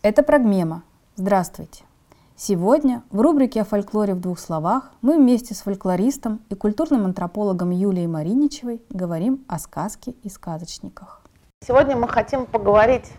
Это Прогмема. Здравствуйте! Сегодня в рубрике о фольклоре в двух словах мы вместе с фольклористом и культурным антропологом Юлией Мариничевой говорим о сказке и сказочниках. Сегодня мы хотим поговорить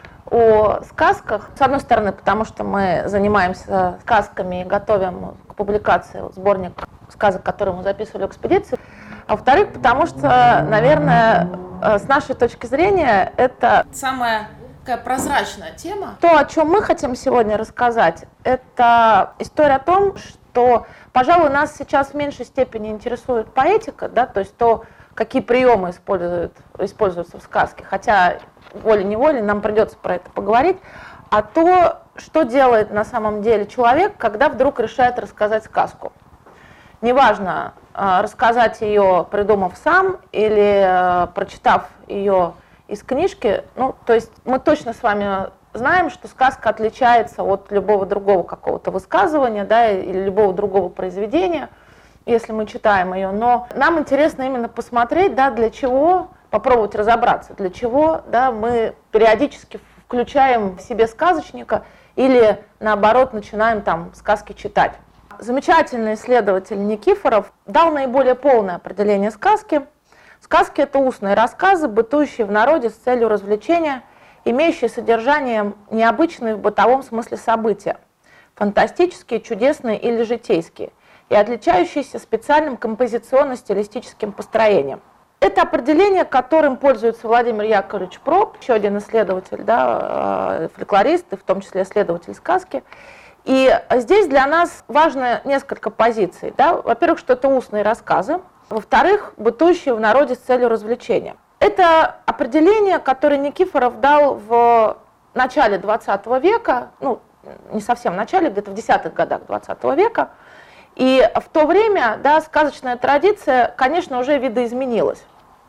о сказках. С одной стороны, потому что мы занимаемся сказками и готовим к публикации сборник сказок, которые мы записывали в экспедиции. А во-вторых, потому что, наверное, с нашей точки зрения, это самая такая прозрачная тема. То, о чем мы хотим сегодня рассказать, это история о том, что, пожалуй, нас сейчас в меньшей степени интересует поэтика, да, то есть то, какие приемы используются в сказке, хотя волей-неволей нам придется про это поговорить, а то, что делает на самом деле человек, когда вдруг решает рассказать сказку. Неважно, рассказать ее, придумав сам, или прочитав ее из книжки, то есть мы точно с вами знаем, что сказка отличается от любого другого какого-то высказывания, да, или любого другого произведения, если мы читаем ее, но нам интересно именно посмотреть, да, для чего, попробовать разобраться, для чего, да, мы периодически включаем в себе сказочника или, наоборот, начинаем там сказки читать. Замечательный исследователь Никифоров дал наиболее полное определение сказки. Сказки – это устные рассказы, бытующие в народе с целью развлечения, имеющие содержание необычные в бытовом смысле события, фантастические, чудесные или житейские, и отличающиеся специальным композиционно-стилистическим построением. Это определение, которым пользуется Владимир Яковлевич Проб, еще один исследователь, да, фольклорист, и в том числе исследователь сказки. И здесь для нас важно несколько позиций. Да? Во-первых, что это устные рассказы. Во-вторых, бытующие в народе с целью развлечения. Это определение, которое Никифоров дал в начале 20 века, не совсем в начале, где-то в 10-х годах 20 века. И в то время, да, сказочная традиция, конечно, уже видоизменилась.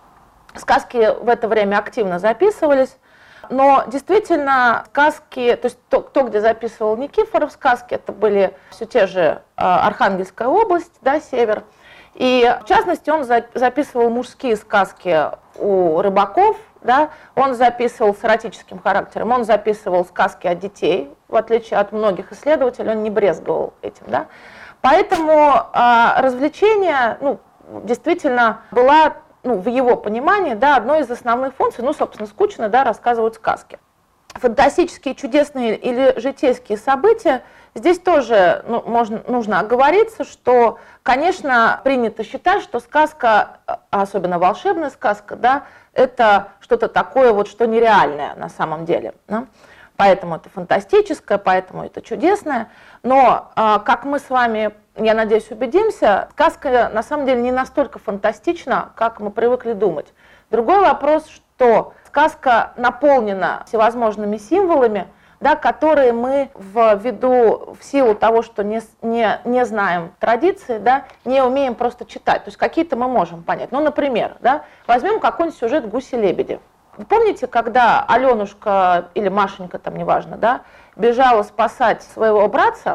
Сказки в это время активно записывались, но действительно сказки, то есть то, где записывал Никифоров сказки, это были все те же Архангельская область, да, север. И в частности он записывал мужские сказки у рыбаков, да, он записывал с эротическим характером, он записывал сказки о детей, в отличие от многих исследователей, он не брезговал этим, да. Поэтому развлечение, действительно была, в его понимании, да, одной из основных функций, собственно, скучно, да, рассказывают сказки. Фантастические, чудесные или житейские события, здесь тоже нужно оговориться, что, конечно, принято считать, что сказка, особенно волшебная сказка, да, это что-то такое, вот, что нереальное на самом деле. Да? Поэтому это фантастическое, поэтому это чудесное. Но, как мы с вами, я надеюсь, убедимся, сказка на самом деле не настолько фантастична, как мы привыкли думать. Другой вопрос, что сказка наполнена всевозможными символами, да, которые мы в силу того, что не знаем традиции, да, не умеем просто читать. То есть какие-то мы можем понять. Например, да, возьмем какой-нибудь сюжет «Гуси-лебеди». Вы помните, когда Аленушка или Машенька, там неважно, да, бежала спасать своего братца,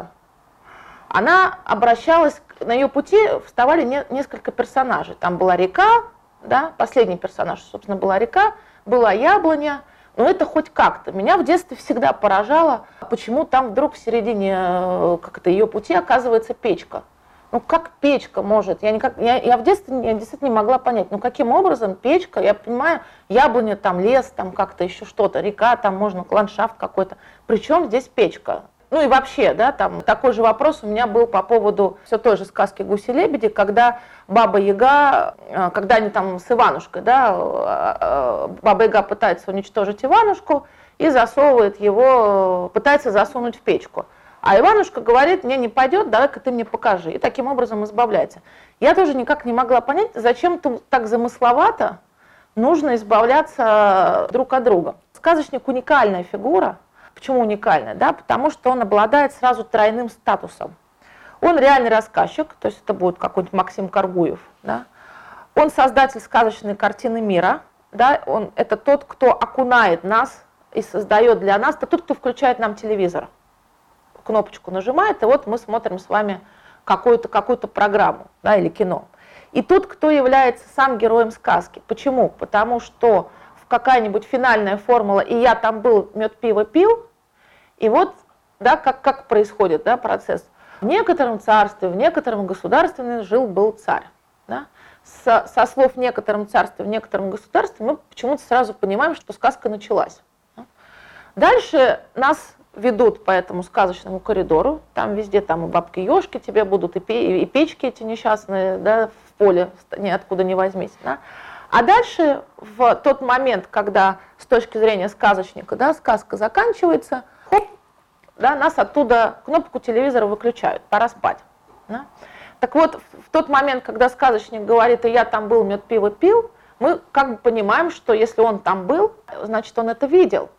она обращалась, на ее пути вставали несколько персонажей. Там была река, да, последний персонаж, собственно, была река, была яблоня, но это хоть как-то. Меня в детстве всегда поражало, почему там вдруг в середине ее пути оказывается печка. Как печка может? Я в детстве действительно не могла понять, каким образом печка, я понимаю, яблоня, там лес, там как-то еще что-то, река, там можно, ландшафт какой-то. Причем здесь печка? И вообще, да, там такой же вопрос у меня был по поводу все той же сказки «Гуси-лебеди», когда Баба-Яга, когда они там с Иванушкой, да, Баба-Яга пытается уничтожить Иванушку и засовывает его, пытается засунуть в печку. А Иванушка говорит: мне не пойдет, давай-ка ты мне покажи. И таким образом избавляется. Я тоже никак не могла понять, зачем так замысловато нужно избавляться друг от друга. Сказочник – уникальная фигура. Почему уникальная? Да? Потому что он обладает сразу тройным статусом. Он реальный рассказчик, то есть это будет какой-нибудь Максим Каргуев. Да? Он создатель сказочной картины мира. Да? Это тот, кто окунает нас и создает для нас. Это тот, кто включает нам телевизор. Кнопочку нажимает, и вот мы смотрим с вами какую-то программу, да, или кино. И тот, кто является сам героем сказки. Почему? Потому что какая-нибудь финальная формула «и я там был, мед, пиво пил», И вот, да, как происходит, да, процесс. В некотором царстве, в некотором государстве жил-был царь. Да? Со слов «в некотором царстве», «в некотором государстве» мы почему-то сразу понимаем, что сказка началась. Дальше нас ведут по этому сказочному коридору, там везде там и бабки-ешки тебе будут, и печки эти несчастные, да, в поле, ниоткуда не возьмись. Да? А дальше, в тот момент, когда с точки зрения сказочника, да, сказка заканчивается, хоп, да, нас оттуда кнопку телевизора выключают, пора спать. Да? Так вот, в тот момент, когда сказочник говорит, и я там был, мед, пиво пил, мы как бы понимаем, что если он там был, значит, он это видел.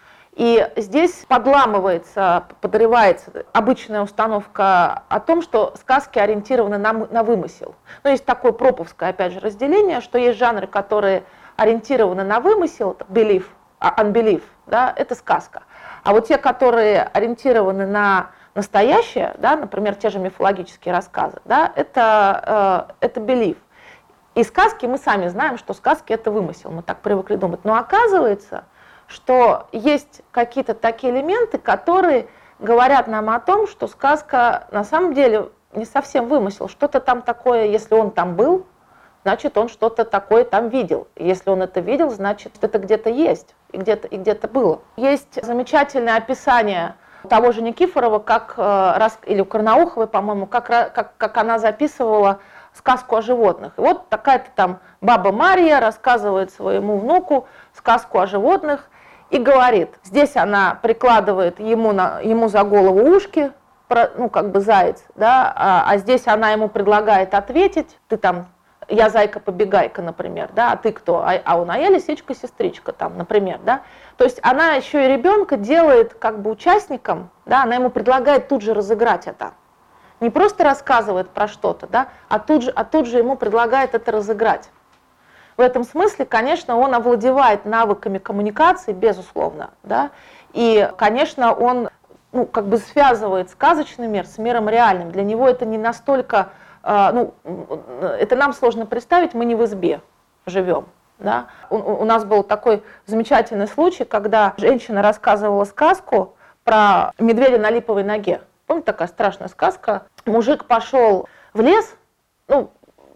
И здесь подламывается, подрывается обычная установка о том, что сказки ориентированы на вымысел. Но есть такое проповское, опять же, разделение, что есть жанры, которые ориентированы на вымысел, belief, unbelief, да, это сказка. А вот те, которые ориентированы на настоящее, да, например, те же мифологические рассказы, да, это belief. И сказки, мы сами знаем, что сказки это вымысел, мы так привыкли думать. Но оказывается, что есть какие-то такие элементы, которые говорят нам о том, что сказка на самом деле не совсем вымысел. Что-то там такое, если он там был, значит, он что-то такое там видел. Если он это видел, значит, это где-то есть и где-то было. Есть замечательное описание того же Никифорова, или у Карнауховой, по-моему, как она записывала сказку о животных. И вот такая-то там баба Марья рассказывает своему внуку сказку о животных и говорит, здесь она прикладывает ему за голову ушки, ну как бы заяц, да, а здесь она ему предлагает ответить, ты там, я зайка-побегайка, например, да, а ты кто? А он, я лисичка-сестричка, там, например, да. То есть она еще и ребенка делает как бы участником, да, она ему предлагает тут же разыграть это. Не просто рассказывает про что-то, да, а тут же ему предлагает это разыграть. В этом смысле, конечно, он овладевает навыками коммуникации, безусловно, да, и, конечно, он, ну, как бы связывает сказочный мир с миром реальным. Для него это не настолько, ну, это нам сложно представить, мы не в избе живем. Да? У нас был такой замечательный случай, когда женщина рассказывала сказку про медведя на липовой ноге. Помните, такая страшная сказка? Мужик пошел в лес, ну,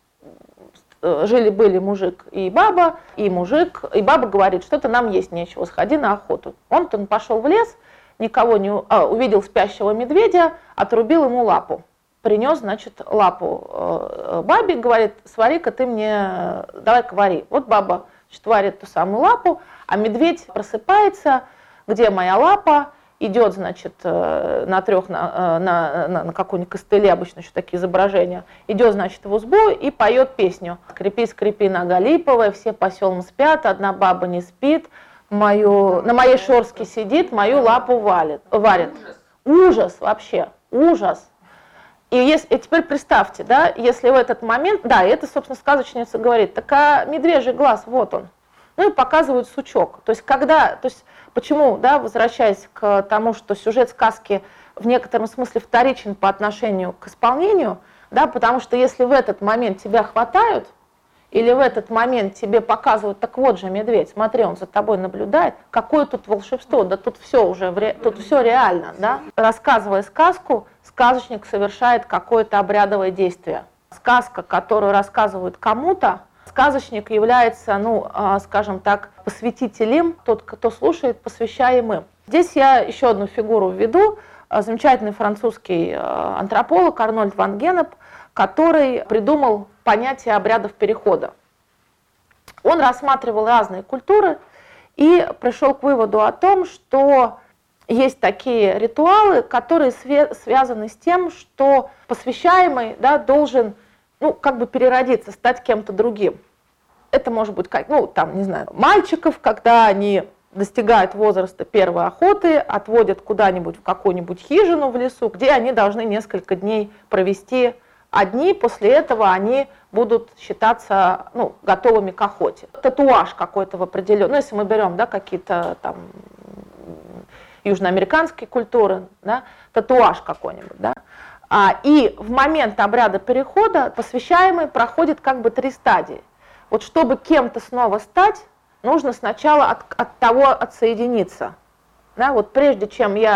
жили-были мужик и баба, и баба говорит, что-то нам есть нечего, сходи на охоту. Он пошел в лес, никого не увидел спящего медведя, отрубил ему лапу. Принес, значит, лапу бабе, говорит, свари-ка ты мне, давай-ка вари. Вот баба, значит, варит ту самую лапу, а медведь просыпается, где моя лапа, идет, значит, на какой-нибудь костыле, обычно еще такие изображения, идет, значит, в избу и поет песню. Скрипи, скрипи, нога липовая, все по селам спят, одна баба не спит, на моей шорстке сидит, мою лапу варит. Ужас вообще, ужас. И теперь представьте, да, если в этот момент, да, и это, собственно, сказочница говорит, так а медвежий глаз, вот он. Ну и показывают сучок. То есть почему, да, возвращаясь к тому, что сюжет сказки в некотором смысле вторичен по отношению к исполнению, да, потому что если в этот момент тебя хватают, или в этот момент тебе показывают, так вот же медведь, смотри, он за тобой наблюдает, какое тут волшебство, да тут все реально, да. Рассказывая сказку, сказочник совершает какое-то обрядовое действие. Сказка, которую рассказывают кому-то, сказочник является, ну, скажем так, посвятителем, тот, кто слушает, посвящаемым. Здесь я еще одну фигуру введу, замечательный французский антрополог Арнольд ван Генеп, который придумал понятие обрядов перехода. Он рассматривал разные культуры и пришел к выводу о том, что есть такие ритуалы, которые связаны с тем, что посвящаемый, да, должен, ну, как бы переродиться, стать кем-то другим. Это может быть, не знаю, мальчиков, когда они достигают возраста первой охоты, отводят куда-нибудь в какую-нибудь хижину в лесу, где они должны несколько дней провести одни, после этого они будут считаться, ну, готовыми к охоте. Татуаж какой-то в определенном, ну, если мы берем, да, какие-то там южноамериканские культуры, да, татуаж какой-нибудь, да. И в момент обряда перехода посвящаемый проходит как бы 3 стадии. Вот чтобы кем-то снова стать, нужно сначала от того отсоединиться. Да, вот прежде чем я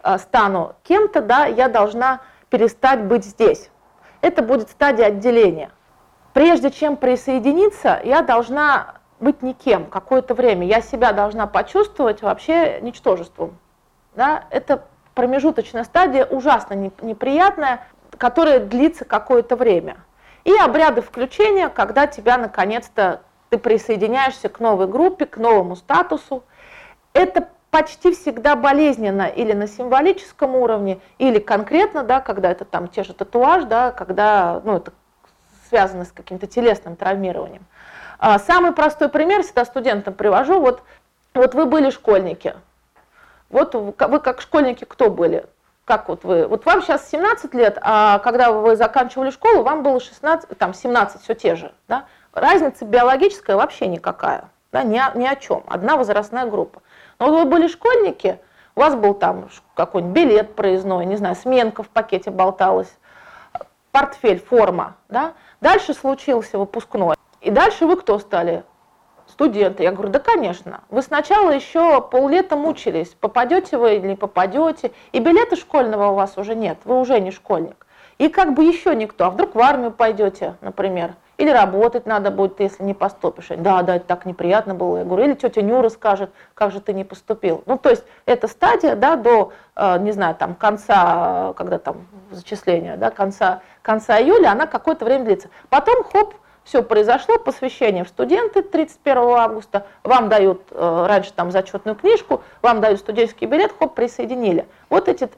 стану кем-то, да, я должна перестать быть здесь. Это будет стадия отделения. Прежде чем присоединиться, я должна быть никем какое-то время. Я себя должна почувствовать вообще ничтожеством. Да? Это промежуточная стадия, ужасно неприятная, которая длится какое-то время. И обряды включения, когда тебя наконец-то ты присоединяешься к новой группе, к новому статусу. Это почти всегда болезненно или на символическом уровне, или конкретно, да, когда это там те же татуаж, да, когда это связано с каким-то телесным травмированием. Самый простой пример всегда студентам привожу. Вот вы были школьники. Вот вы как школьники кто были? Как вот вы? Вот вам сейчас 17 лет, а когда вы заканчивали школу, вам было 16, там 17, все те же. Да? Разница биологическая вообще никакая. Да? Ни о чем. Одна возрастная группа. Но вот вы были школьники, у вас был там какой-нибудь билет проездной, не знаю, сменка в пакете болталась, портфель, форма. Да? Дальше случился выпускной. И дальше вы кто стали? Студенты. Я говорю, да, конечно. Вы сначала еще поллета мучились, попадете вы или не попадете, и билета школьного у вас уже нет, вы уже не школьник. И как бы еще никто. А вдруг в армию пойдете, например, или работать надо будет, если не поступишь. Да, это так неприятно было. Я говорю, или тетя Нюра скажет, как же ты не поступил. То есть эта стадия, да, до, не знаю, там конца, когда там зачисление, да, конца июля, она какое-то время длится. Потом, хоп, все произошло, посвящение в студенты 31 августа, вам дают раньше там зачетную книжку, вам дают студенческий билет, хоп, присоединили. Вот эти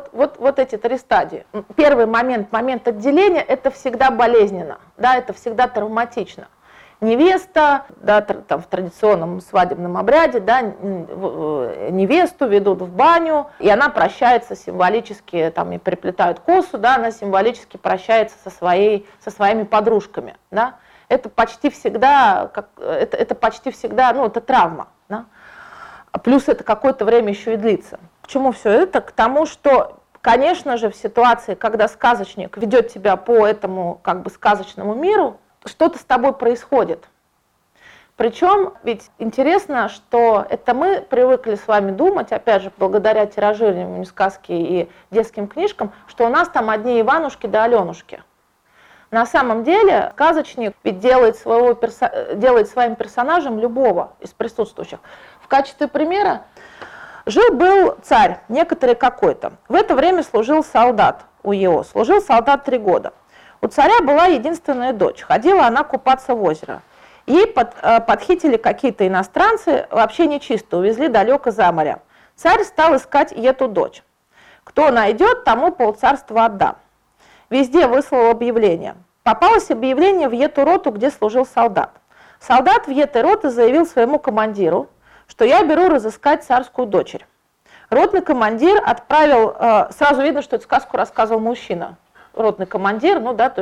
3 стадии. Первый момент отделения, это всегда болезненно, да, это всегда травматично. Невеста, да, там, в традиционном свадебном обряде, да, невесту ведут в баню, и она прощается символически, там, и приплетают косу, да, она символически прощается со своими подружками. Да. Это почти всегда, это травма. Да. Плюс это какое-то время еще и длится. К чему все это? К тому, что, конечно же, в ситуации, когда сказочник ведет тебя по этому как бы сказочному миру, что-то с тобой происходит. Причем ведь интересно, что это мы привыкли с вами думать, опять же, благодаря тиражированию сказки и детским книжкам, что у нас там одни Иванушки да Аленушки. На самом деле сказочник ведь делает своим персонажем любого из присутствующих. В качестве примера жил-был царь, некоторый какой-то. В это время служил солдат у его. Служил солдат 3 года. У царя была единственная дочь. Ходила она купаться в озеро. Ей подхитили какие-то иностранцы, вообще нечисто, увезли далеко за море. Царь стал искать эту дочь. Кто найдет, тому полцарства отдам. Везде выслал объявление. Попалось объявление в эту роту, где служил солдат. Солдат в этой роте заявил своему командиру, что я беру разыскать царскую дочерь. Ротный командир отправил, сразу видно, что эту сказку рассказывал мужчина. Ротный командир,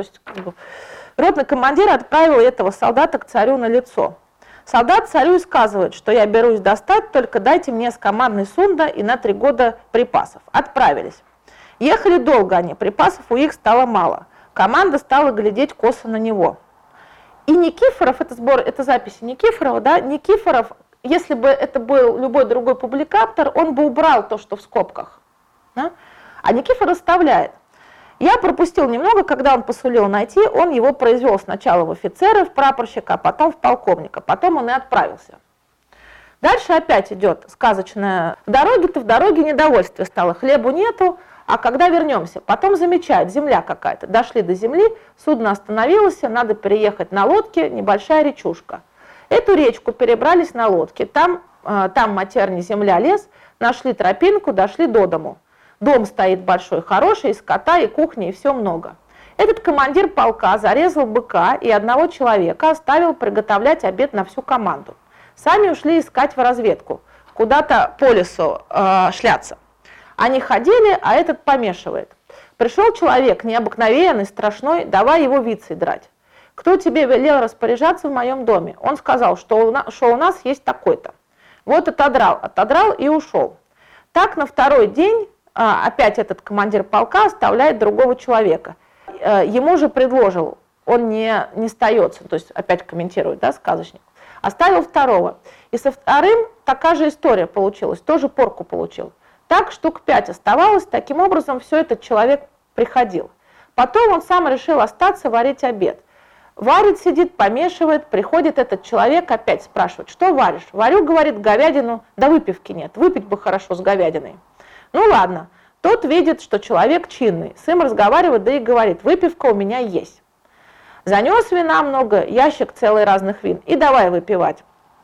ротный командир отправил этого солдата к царю на лицо. Солдат царю и сказывает, что я берусь достать, только дайте мне с командной сунда и на 3 года припасов. Отправились. Ехали долго они, припасов у них стало мало. Команда стала глядеть косо на него. И Никифоров, это записи Никифорова, да, Никифоров, если бы это был любой другой публикатор, он бы убрал то, что в скобках. Да? А Никифор оставляет. Я пропустил немного, когда он посулил найти, он его произвел сначала в офицера, в прапорщика, а потом в полковника. Потом он и отправился. Дальше опять идет сказочная. В дороге недовольствие стало, хлебу нету, а когда вернемся? Потом замечают, земля какая-то. Дошли до земли, судно остановилось, надо переехать на лодке, небольшая речушка. Эту речку перебрались на лодке, там матерня, земля, лес, нашли тропинку, дошли до дому. Дом стоит большой, хороший, и скота, и кухня, и все много. Этот командир полка зарезал быка и одного человека оставил приготовлять обед на всю команду. Сами ушли искать в разведку, куда-то по лесу шляться. Они ходили, а этот помешивает. Пришел человек необыкновенный, страшной, давай его вицей драть. Кто тебе велел распоряжаться в моем доме? Он сказал, что у нас есть такой-то. Вот отодрал и ушел. Так на второй день опять этот командир полка оставляет другого человека. Ему же предложил, он не остается, то есть опять комментирует, да, сказочник. Оставил второго. И со вторым такая же история получилась, тоже порку получил. Так штук 5 оставалось, таким образом все этот человек приходил. Потом он сам решил остаться варить обед. Варит, сидит, помешивает, приходит этот человек, опять спрашивает, что варишь? Варю, говорит, говядину, да выпивки нет, выпить бы хорошо с говядиной. Ну ладно, тот видит, что человек чинный, с ним разговаривает, да и говорит, выпивка у меня есть. Занес вина много, ящик целый разных вин, и давай выпивать.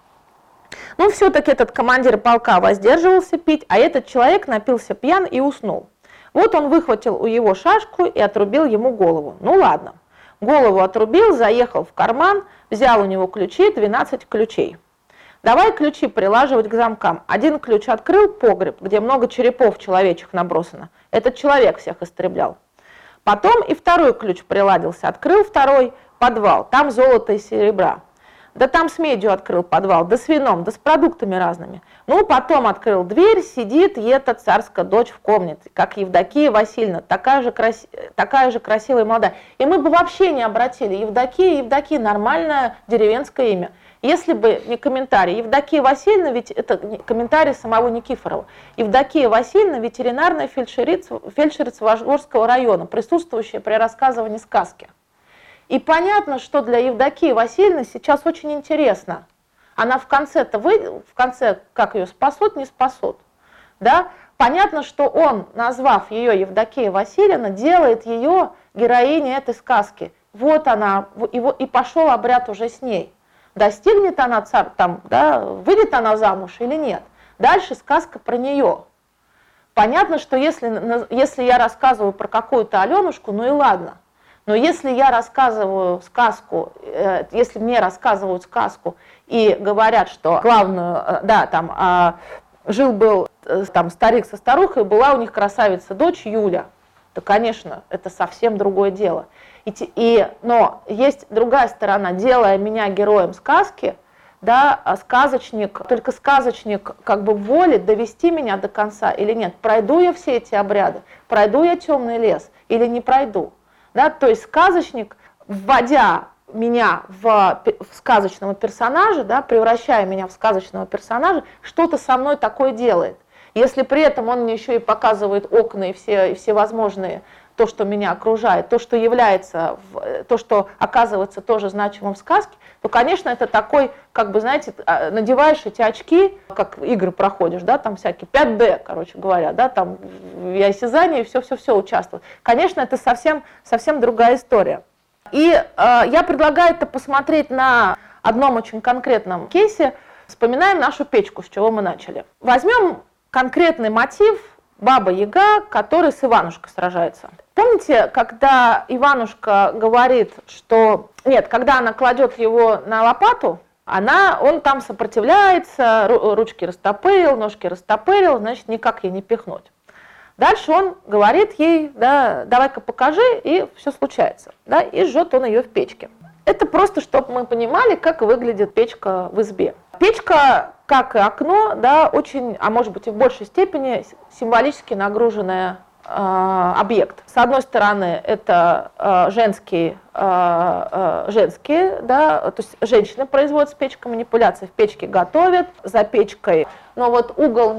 Но все-таки этот командир полка воздерживался пить, а этот человек напился пьян и уснул. Вот он выхватил у его шашку и отрубил ему голову. Ну ладно, голову отрубил, заехал в карман, взял у него ключи, 12 ключей. Давай ключи прилаживать к замкам. Один ключ открыл погреб, где много черепов человечьих набросано. Этот человек всех истреблял. Потом и второй ключ приладился, открыл второй подвал, там золото и серебра. Да там с медью открыл подвал, да с вином, да с продуктами разными. Ну, потом открыл дверь, сидит и эта царская дочь в комнате, как Евдокия Васильевна, такая же красивая и молодая. И мы бы вообще не обратили. Евдокия, нормальное деревенское имя. Если бы не комментарий. Евдокия Васильевна, ведь это комментарий самого Никифорова. Евдокия Васильевна, ветеринарная фельдшерица Вожгорского района, присутствующая при рассказывании сказки. И понятно, что для Евдокии Васильевны сейчас очень интересно. Она в конце, как ее спасут, не спасут. Да? Понятно, что он, назвав ее Евдокия Васильевна, делает ее героиней этой сказки. Вот она, и пошел обряд уже с ней. Достигнет она выйдет она замуж или нет. Дальше сказка про нее. Понятно, что если я рассказываю про какую-то Аленушку, ну и ладно. Но если я рассказываю сказку, если мне рассказывают сказку и говорят, что главную, жил-был там старик со старухой, была у них красавица-дочь Юля, то, конечно, это совсем другое дело. Но есть другая сторона. Делая меня героем сказки, да, сказочник как бы волит довести меня до конца или нет. Пройду я все эти обряды, пройду я темный лес или не пройду. Да, то есть сказочник, вводя меня в сказочного персонажа, да, превращая меня в сказочного персонажа, что-то со мной такое делает. Если при этом он мне еще и показывает окна и всевозможные, то, что меня окружает, то, что оказывается тоже значимым в сказке, то, конечно, это такой, как бы, знаете, надеваешь эти очки, как игры проходишь, да, там всякие 5D, короче говоря, да, там и осязание, и все участвует. Конечно, это совсем другая история. И я предлагаю это посмотреть на одном очень конкретном кейсе. Вспоминаем нашу печку, с чего мы начали. Возьмем конкретный мотив Баба-Яга, который с Иванушкой сражается. Помните, когда Иванушка говорит, когда она кладет его на лопату, он там сопротивляется, ручки растопырил, ножки растопырил, значит, никак ей не пихнуть. Дальше он говорит ей, да, давай-ка покажи, и все случается. Да, и жжет он ее в печке. Это просто, чтобы мы понимали, как выглядит печка в избе. Печка, как и окно, да, очень, а может быть и в большей степени, символически нагруженная объект. С одной стороны, это женские, да, то есть женщины производят с печкой манипуляции, в печке готовят, за печкой, но вот угол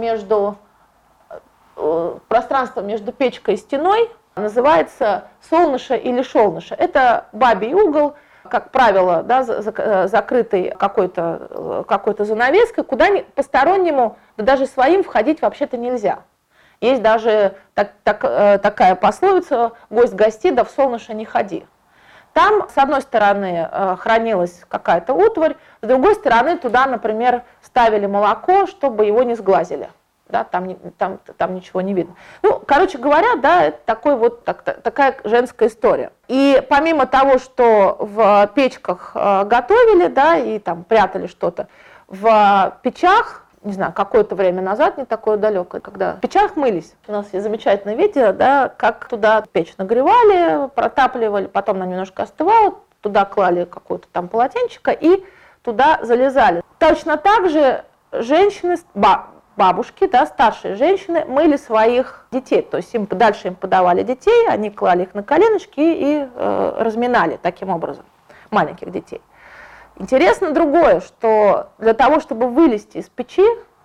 пространство между печкой и стеной называется солныша или шелныша. Это бабий угол, как правило, да, закрытый какой-то занавеской, куда постороннему, да даже своим входить вообще-то нельзя. Есть даже такая пословица «гость гости, да в солнышко не ходи». Там, с одной стороны, хранилась какая-то утварь, с другой стороны, туда, например, ставили молоко, чтобы его не сглазили. Да, там ничего не видно. Ну, короче говоря, да, это такая женская история. И помимо того, что в печках готовили, да, и там прятали что-то, в печах, не знаю, какое-то время назад, не такое далекое, когда в печах мылись. У нас есть замечательное видео, да, как туда печь нагревали, протапливали, потом она немножко остывала, туда клали какое-то там полотенчико и туда залезали. Точно так же женщины, бабушки, да, старшие женщины мыли своих детей, то есть дальше им подавали детей, они клали их на коленочки и разминали таким образом маленьких детей. Интересно другое, что для того, чтобы вылезти из печи,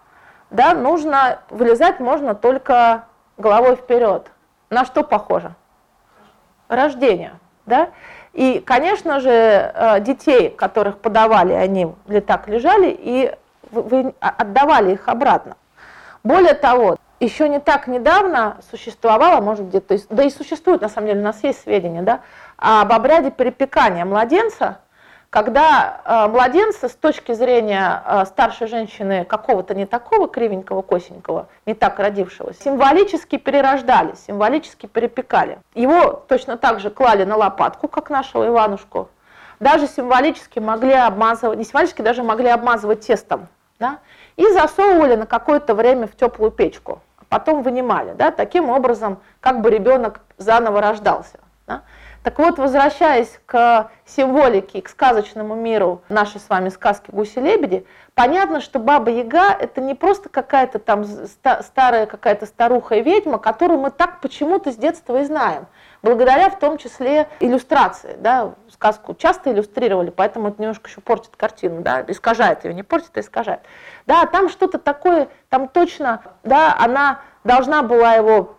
да, нужно вылезать можно только головой вперед. На что похоже? Рождение, да? И, конечно же, детей, которых подавали, они так лежали, и вы отдавали их обратно. Более того, еще не так недавно существовало, может где-то, да и существует, на самом деле, у нас есть сведения, да, об обряде перепекания младенца, когда младенца с точки зрения старшей женщины какого-то не такого кривенького, косенького, не так родившегося, символически перерождали, символически перепекали. Его точно так же клали на лопатку, как нашего Иванушку, даже символически могли обмазывать, не символически, даже могли обмазывать тестом, да, и засовывали на какое-то время в теплую печку, а потом вынимали, да, таким образом как бы ребенок заново рождался. Да. Так вот, возвращаясь к символике, к сказочному миру нашей с вами сказки «Гуси-лебеди», понятно, что Баба-Яга – это не просто какая-то там старая какая-то старуха и ведьма, которую мы так почему-то с детства и знаем, благодаря в том числе иллюстрации. Да, сказку часто иллюстрировали, поэтому это немножко еще портит картину, да, искажает ее, не портит, а искажает. Да, там что-то такое, там точно, да, она должна была его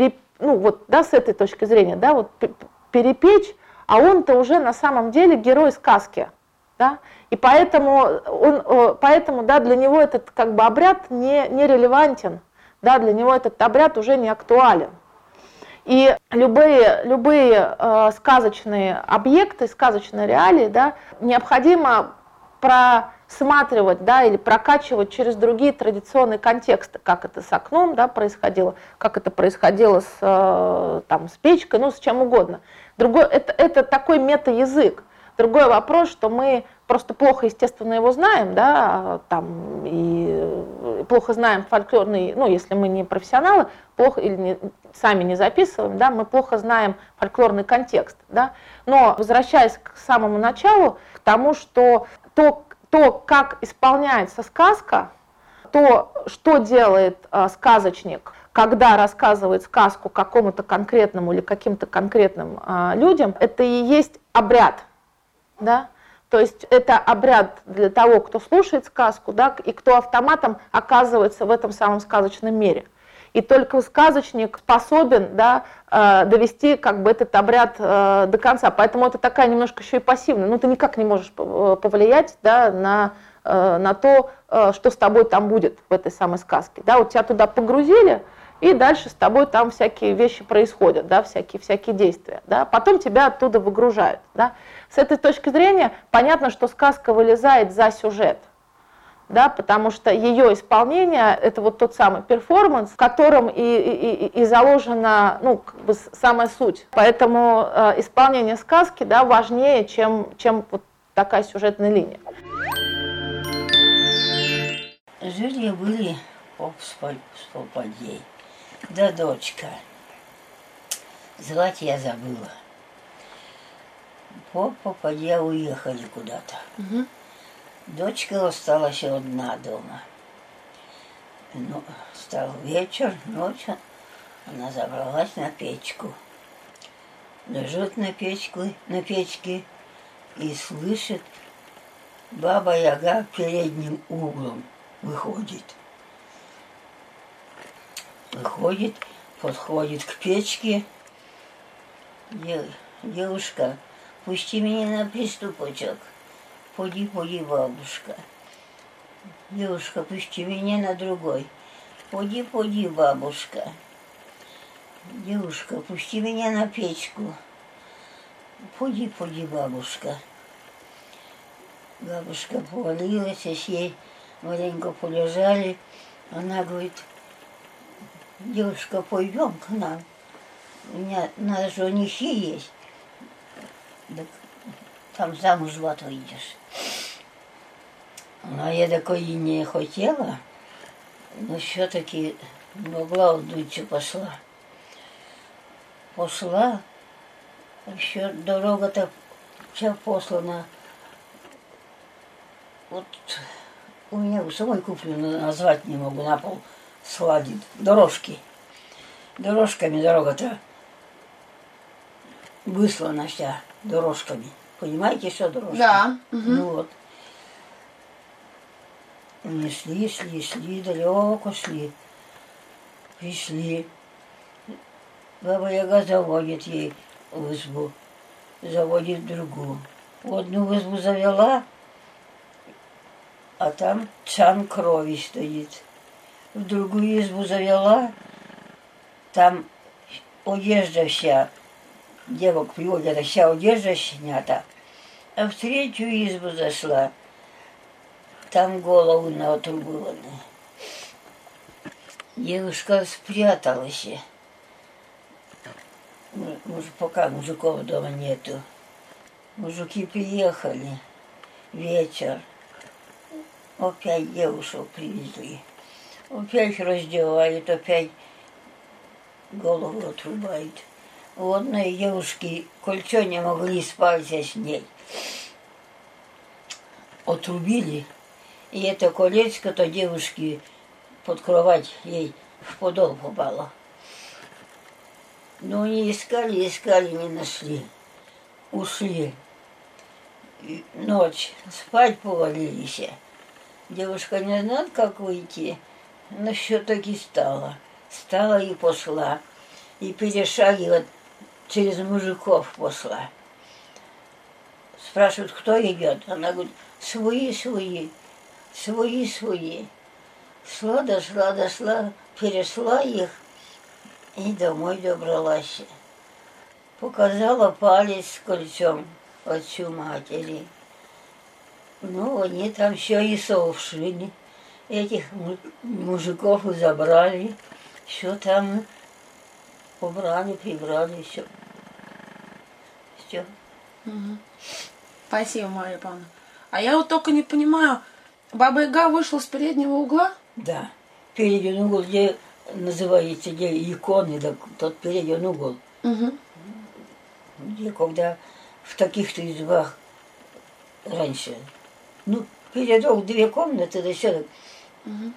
с этой точки зрения, да, вот перепечь, а он-то уже на самом деле герой сказки, да, и поэтому да, для него этот как бы обряд не релевантен, да, для него этот обряд уже не актуален. И любые сказочные объекты, сказочные реалии, да, необходимо просматривать, да, или прокачивать через другие традиционные контексты, как это с окном, да, происходило, как это происходило с печкой, с чем угодно. Это такой мета-язык. Другой вопрос, что мы просто плохо, естественно, его знаем, да, и плохо знаем фольклорный, если мы не профессионалы, плохо или сами не записываем, да, мы плохо знаем фольклорный контекст, да. Но возвращаясь к самому началу, к тому, что то, как исполняется сказка, то, что делает сказочник, когда рассказывает сказку какому-то конкретному или каким-то конкретным людям, это и есть обряд, да? То есть это обряд для того, кто слушает сказку, да, и кто автоматом оказывается в этом самом сказочном мире. И только сказочник способен, да, довести как бы этот обряд до конца. Поэтому это такая немножко еще и пассивная. Ты никак не можешь повлиять, да, на то, что с тобой там будет в этой самой сказке. Да, вот тебя туда погрузили, и дальше с тобой там всякие вещи происходят, да, всякие действия. Да. Потом тебя оттуда выгружают. Да. С этой точки зрения понятно, что сказка вылезает за сюжет. Да, потому что ее исполнение – это вот тот самый перформанс, в котором и заложена самая суть. Поэтому исполнение сказки, да, важнее, чем вот такая сюжетная линия. Жили-были поп с попадьей, да дочка. Звать я забыла. Поп, попадья уехали куда-то. Угу. Дочка осталась одна дома. Стал вечер, ночь, она забралась на печку. Лежит на печке и слышит, Баба-Яга передним углом выходит. Подходит к печке. Девушка, пусти меня на приступочек. Поди, бабушка. Девушка, пусти меня на другой. Поди, бабушка. Девушка, пусти меня на печку. Поди, бабушка. Бабушка повалилась, ей маленько полежали. Она говорит, девушка, пойдем к нам. У меня на женихи есть. Там замуж выйдешь. Но я такой и не хотела, но все-таки могла удуть, пошла. Пошла, еще дорога-то вся послана. Вот у меня у самой куплено, назвать не могу, на пол сладит. Дорожки. Дорожками дорога-то выслана вся дорожками. Понимаете, что дорожка? Да. Ну вот. Они шли, далеко шли. Пришли. Баба Яга заводит ей в избу, заводит в другую. В одну избу завела, а там чан крови стоит. В другую избу завела, там одежда вся, девок приводят, а вся одежда снята. А в третью избу зашла, там голову наотрубываны. Девушка спряталась. Пока мужиков дома нету. Мужики приехали. Вечер. Опять девушек привезли. Опять раздевают, опять голову отрубают. У одной девушки кольцо не могли спать с ней. Отрубили. И это колечко-то девушки под кровать ей в подол попало. Но они искали, не нашли. Ушли. И ночь. Спать повалились. Девушка не знает, как выйти, но все-таки стала. Стала и пошла. И перешагивала, через мужиков пошла. Спрашивают, кто идет? Она говорит, свои. Шла, дошла, перешла их и домой добралась. Показала палец с кольцом отцу матери. Ну, они там все и совершили. Этих мужиков и забрали. Все там убрали, прибрали, все. Все. Угу. Спасибо, Мария Павловна. А я вот только не понимаю, Баба Яга вышла с переднего угла? Да. Передний угол, где называется, где иконы, да, тот передний угол. Угу. Где, когда в таких-то избах раньше. Ну, передок 2 комнаты, да все. Угу.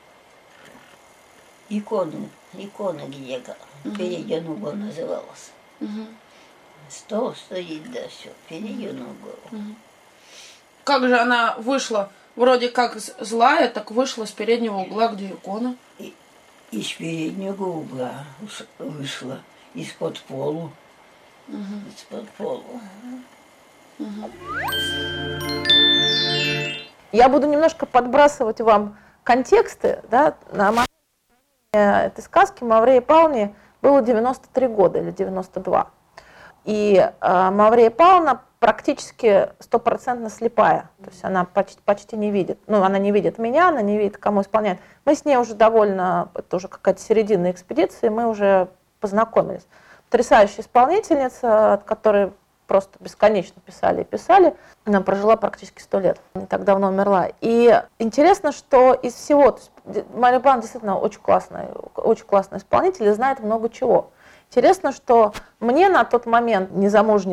Икона где передний угол называлась. Угу. Стол стоит, да, все, передний угол. Угу. Как же она вышла? Вроде как злая, так вышла с переднего угла, где икона. Из переднего угла вышла, из-под полу. Угу. Из-под полу. Угу. Я буду немножко подбрасывать вам контексты. Да? На момент этой сказки Маврее Павловне было 93 года или 92. И Маврия Павловна практически 100% слепая. То есть она почти не видит. Ну, она не видит меня, она не видит, кому исполняет. Мы с ней уже довольно, это уже какая-то середина экспедиции, мы уже познакомились. Потрясающая исполнительница, от которой просто бесконечно писали и писали. Она прожила практически 100 лет, не так давно умерла. И интересно, что из всего, то есть Мария Павловна действительно очень классный исполнитель и знает много чего. Интересно, что мне на тот момент, незамужней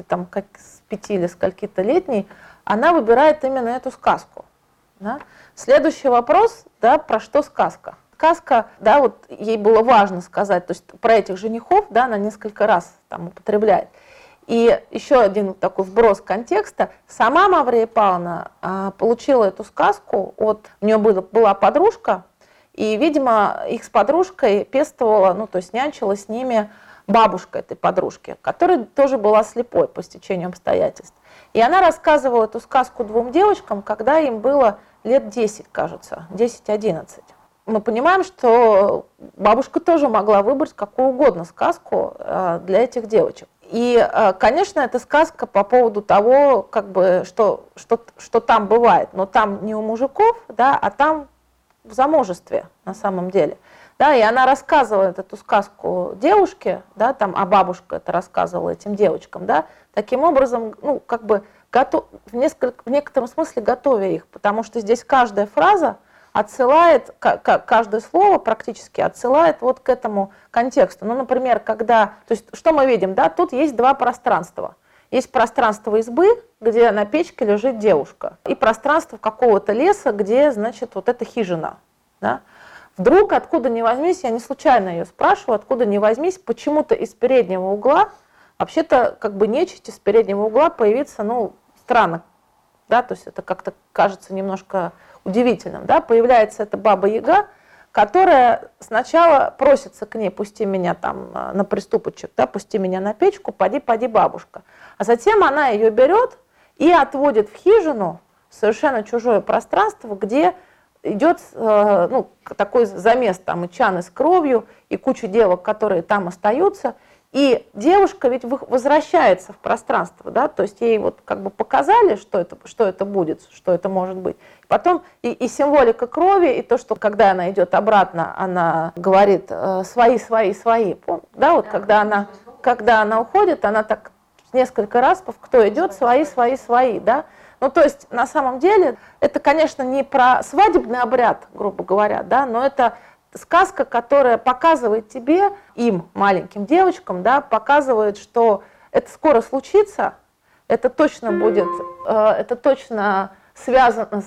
25 или скольки-то летней, она выбирает именно эту сказку. Да? Следующий вопрос, да, про что сказка? Сказка, да, вот ей было важно сказать, то есть про этих женихов, да, она несколько раз там употребляет. И еще один такой вброс контекста. Сама Маврия Павловна получила эту сказку, у нее была подружка, и, видимо, их с подружкой пестовала, ну, то есть нянчила с ними бабушка этой подружки, которая тоже была слепой по стечению обстоятельств. И она рассказывала эту сказку 2 девочкам, когда им было лет 10, кажется, 10-11. Мы понимаем, что бабушка тоже могла выбрать какую угодно сказку для этих девочек. И, конечно, это сказка по поводу того, как бы, что там бывает. Но там не у мужиков, да, а там в замужестве на самом деле. Да, и она рассказывает эту сказку девушке, да, там, а бабушка это рассказывала этим девочкам, да, таким образом, ну, как бы в некотором смысле готовя их, потому что здесь каждая фраза отсылает, каждое слово практически отсылает вот к этому контексту. Ну, например, то есть, что мы видим, да, тут есть 2 пространства. Есть пространство избы, где на печке лежит девушка, и пространство какого-то леса, где, значит, вот эта хижина. Да? Вдруг, откуда ни возьмись, я не случайно ее спрашиваю, откуда ни возьмись, почему-то из переднего угла, вообще-то, как бы нечисть из переднего угла появиться, ну, странно, да, то есть это как-то кажется немножко удивительным, да, появляется эта Баба-Яга, которая сначала просится к ней: пусти меня там на приступочек, да, пусти меня на печку, поди, бабушка. А затем она ее берет и отводит в хижину, совершенно чужое пространство, где идет такой замес, там и чаны с кровью, и куча девок, которые там остаются. И девушка ведь возвращается в пространство, да, то есть ей вот как бы показали, что это будет, что это может быть. Потом и символика крови, и то, что когда она идет обратно, она говорит свои, да, вот да, когда она уходит, она так несколько раз, кто идет, свои, да. Ну, то есть, на самом деле, это, конечно, не про свадебный обряд, грубо говоря, да, но это сказка, которая показывает тебе, им, маленьким девочкам, да, показывает, что это скоро случится, это точно будет, это точно связано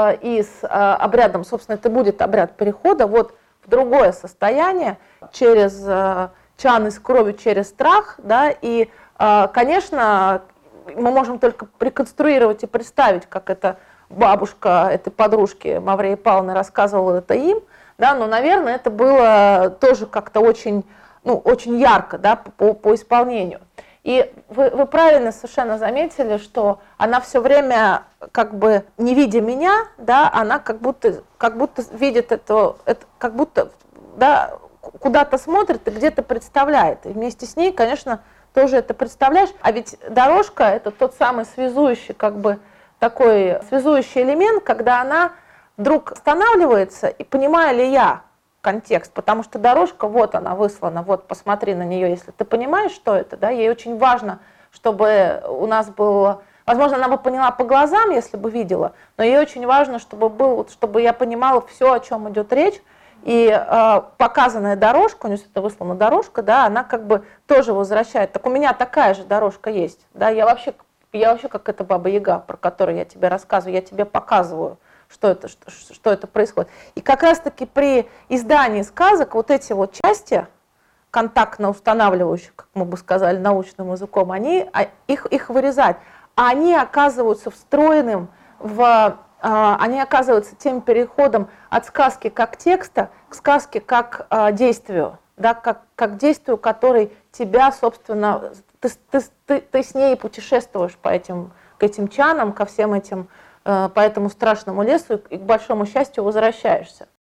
с обрядом, собственно, это будет обряд перехода вот в другое состояние, через чан из крови, через страх, да, и, конечно, мы можем только реконструировать и представить, как эта бабушка этой подружки Мавреи Павловны рассказывала это им, да, но, наверное, это было тоже как-то очень, очень ярко, да, по исполнению. И вы правильно совершенно заметили, что она все время, как бы не видя меня, да, она как будто видит это как будто, да, куда-то смотрит и где-то представляет. И вместе с ней, конечно, тоже это представляешь. А ведь дорожка — это тот самый связующий, как бы такой связующий элемент, когда она вдруг останавливается, и понимаю ли я контекст, потому что дорожка, вот она выслана, вот посмотри на нее, если ты понимаешь, что это, да, ей очень важно, чтобы у нас было, возможно, она бы поняла по глазам, если бы видела, но ей очень важно, чтобы я понимала все, о чем идет речь, и показанная дорожка, у нее это выслана дорожка, да, она как бы тоже возвращает. Так у меня такая же дорожка есть, да, я вообще как эта Баба-Яга, про которую я тебе рассказываю, я тебе показываю, что это происходит. И как раз-таки при издании сказок вот эти вот части, контактно устанавливающие, как мы бы сказали научным языком, их вырезать, а они оказываются встроенным они оказываются тем переходом от сказки как текста к сказке как действию, да, как действию, который тебя, собственно, ты с ней путешествуешь к этим чанам, ко всем этим, по этому страшному лесу, и к большому счастью возвращаешься.